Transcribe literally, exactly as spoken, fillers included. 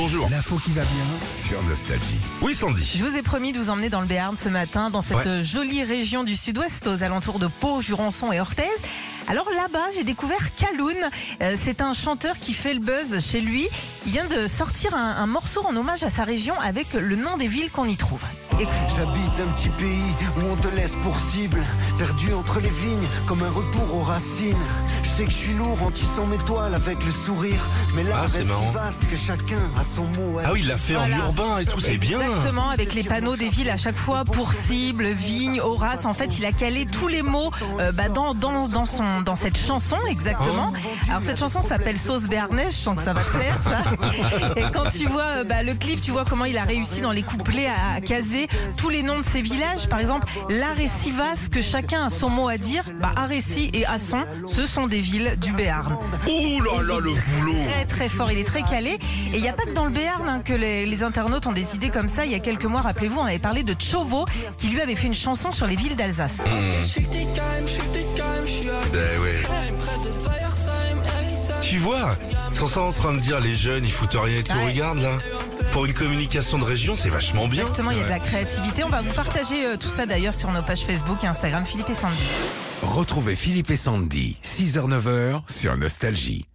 bonjour. L'info qui va bien sur Nostalgie. Oui, Sandy. Je vous ai promis de vous emmener dans le Béarn ce matin, dans cette Ouais. jolie région du sud-ouest, aux alentours de Pau, Jurançon et Orthez. Alors là-bas, j'ai découvert Kaloun. Euh, c'est un chanteur qui fait le buzz chez lui. Il vient de sortir un, un morceau en hommage à sa région avec le nom des villes qu'on y trouve. Écoute. J'habite un petit pays où on te laisse pour cible, perdu entre les vignes comme un retour aux racines. Je sais que je suis lourd en tissant mes toiles avec le sourire, mais là Ah, reste c'est si marrant. vaste que chacun a son mot à Ah oui, il l'a fait Voilà. en urbain et tout, c'est bien. Exactement, avec les panneaux des villes à chaque fois, pour cible, vigne, Horace. En fait, il a calé tous les mots euh, bah, dans, dans, dans, son, dans cette chanson, exactement. Alors cette chanson s'appelle Sauce béarnaise, je sens que ça va te plaire, ça. Et quand tu vois euh, bah, le clip, tu vois comment il a réussi dans les couplets à, à caser tous les noms de ces villages. Par exemple, l'art est si vaste que chacun a son mot à dire. Bah, Arécy et Asson, ce sont des villes du Béarn. Oh là là, le boulot. Très très fort, il est très calé. Et il n'y a pas que dans le Béarn hein, que les, les internautes ont des idées comme ça. Il y a quelques mois, rappelez-vous, on avait parlé de Tchovo qui lui avait fait une chanson sur les villes d'Alsace. Ben ouais. Tu vois, ils sont ça en train de dire les jeunes, ils foutent rien et tout. Ouais. Regarde là. Pour une communication de région, c'est vachement bien. Exactement, il y a de la créativité. On va vous partager euh, tout ça d'ailleurs sur nos pages Facebook et Instagram Philippe et Sandy. Retrouvez Philippe et Sandy, six heures neuf heures sur Nostalgie.